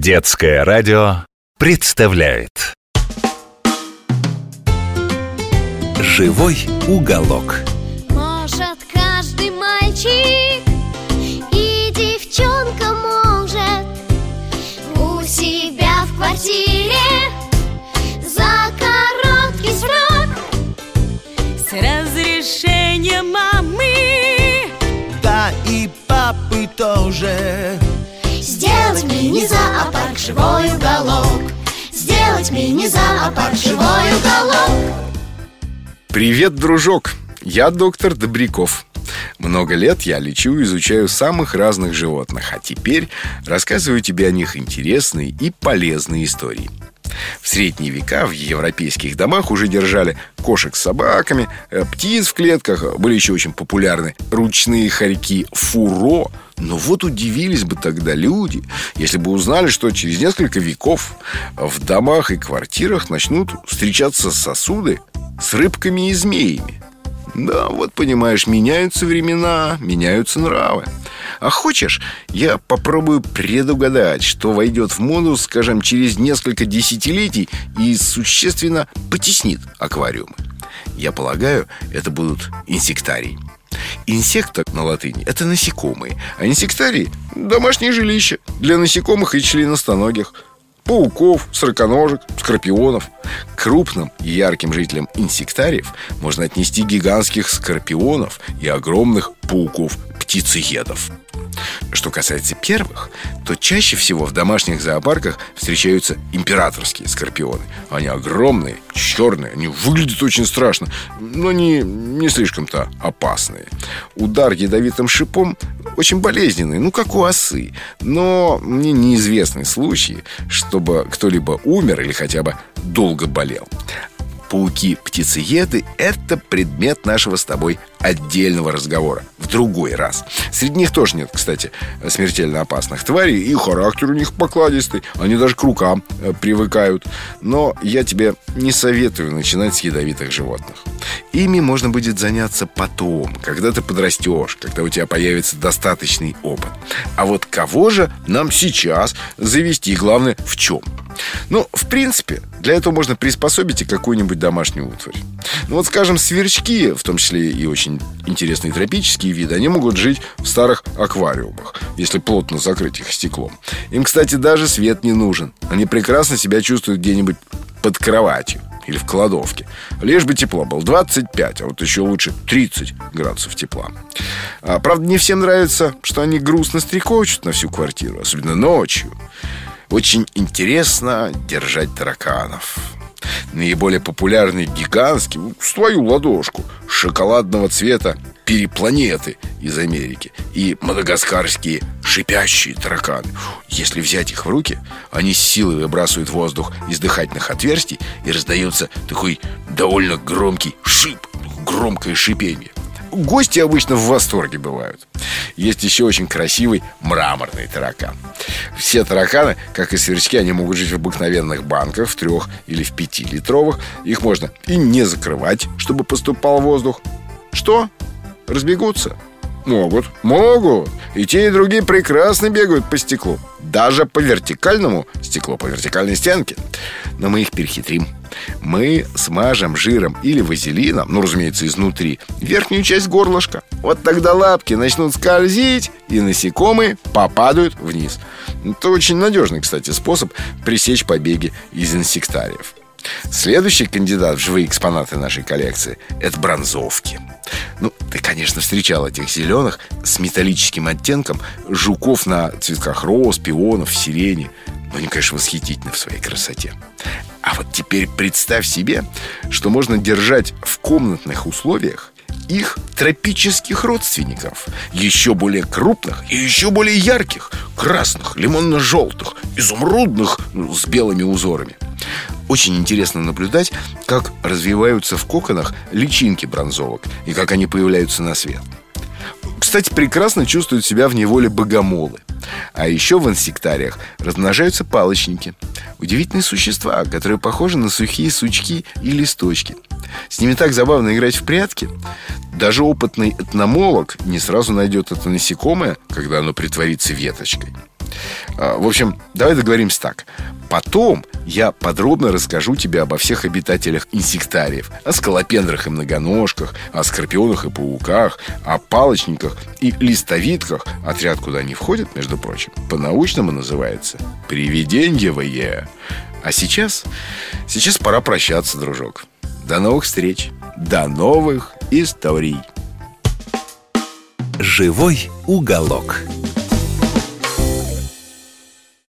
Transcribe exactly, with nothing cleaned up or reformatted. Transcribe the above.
Детское радио представляет «Живой уголок». Может каждый мальчик и девчонка может у себя в квартире за короткий срок с разрешения мамы, да и папы тоже сделать мини-зоопарк, живой уголок. Сделать мини-зоопарк, живой уголок. Привет, дружок! Я доктор Добряков. Много лет я лечу и изучаю самых разных животных, а теперь рассказываю тебе о них интересные и полезные истории. В средние века в европейских домах уже держали кошек с собаками, птиц в клетках, были еще очень популярны ручные хорьки фуро. Но вот удивились бы тогда люди, если бы узнали, что через несколько веков в домах и квартирах начнут встречаться сосуды с рыбками и змеями. Да, вот понимаешь, меняются времена, меняются нравы. А хочешь, я попробую предугадать, что войдет в моду, скажем, через несколько десятилетий и существенно потеснит аквариумы. Я полагаю, это будут инсектарии. Инсекта на латыни – это насекомые, а инсектарии – домашние жилища для насекомых и членистоногих, пауков, сороконожек, скорпионов. К крупным и ярким жителям инсектариев можно отнести гигантских скорпионов и огромных пауков-птицеедов. Что касается первых, то чаще всего в домашних зоопарках встречаются императорские скорпионы. Они огромные, черные, они выглядят очень страшно, но они не слишком-то опасные. Удар ядовитым шипом очень болезненный, ну как у осы. Но мне неизвестны случаи, чтобы кто-либо умер или хотя бы долго болел. Пауки-птицееды – это предмет нашего с тобой отдельного разговора в другой раз. Среди них тоже нет, кстати, смертельно опасных тварей, и характер у них покладистый. Они даже к рукам привыкают. Но я тебе не советую начинать с ядовитых животных. Ими можно будет заняться потом, когда ты подрастешь, когда у тебя появится достаточный опыт. А вот кого же нам сейчас завести, и главное, в чем? Ну, в принципе, для этого можно приспособить и какую-нибудь домашнюю утварь. Ну вот, скажем, сверчки, в том числе и очень интересные тропические виды, они могут жить в старых аквариумах, если плотно закрыть их стеклом. Им, кстати, даже свет не нужен. Они прекрасно себя чувствуют где-нибудь под кроватью или в кладовке. Лишь бы тепло было двадцать пять, а вот еще лучше тридцать градусов тепла. а, Правда, не всем нравится, что они грустно стрекочут на всю квартиру, особенно ночью. Очень интересно держать тараканов. Наиболее популярный гигантский, с твою ладошку, шоколадного цвета перепланеты из Америки и мадагаскарские шипящие тараканы. Если взять их в руки, они с силой выбрасывают воздух из дыхательных отверстий, и раздается такой довольно громкий шип, громкое шипение. Гости обычно в восторге бывают. Есть еще очень красивый мраморный таракан. Все тараканы, как и сверчки, они могут жить в обыкновенных банках, в трех или в пятилитровых. Их можно и не закрывать, чтобы поступал воздух. Что? Разбегутся? Могут, могут. И те, и другие прекрасно бегают по стеклу. Даже по вертикальному стеклу, по вертикальной стенке. Но мы их перехитрим. Мы смажем жиром или вазелином, ну, разумеется, изнутри, верхнюю часть горлышка. Вот тогда лапки начнут скользить, и насекомые попадают вниз. Это очень надежный, кстати, способ пресечь побеги из инсектариев. Следующий кандидат в живые экспонаты нашей коллекции – это бронзовки. Ну, ты, конечно, встречал этих зеленых с металлическим оттенком жуков на цветках роз, пионов, сирени. Но они, конечно, восхитительны в своей красоте. А вот теперь представь себе, что можно держать в комнатных условиях их тропических родственников, еще более крупных и еще более ярких, красных, лимонно-желтых, изумрудных, ну, с белыми узорами. Очень интересно наблюдать, как развиваются в коконах личинки бронзовок и как они появляются на свет. Кстати, прекрасно чувствуют себя в неволе богомолы. А еще в инсектариях размножаются палочники. Удивительные существа, которые похожи на сухие сучки и листочки. С ними так забавно играть в прятки. Даже опытный этномолог не сразу найдет это насекомое, когда оно притворится веточкой. В общем, давай договоримся так. Потом я подробно расскажу тебе обо всех обитателях инсектариев. О скалопендрах и многоножках, о скорпионах и пауках, о палочниках и листовидках. Отряд, куда они входят, между прочим, по-научному называется привиденьевые. А сейчас, сейчас пора прощаться, дружок. До новых встреч, до новых историй. Живой уголок.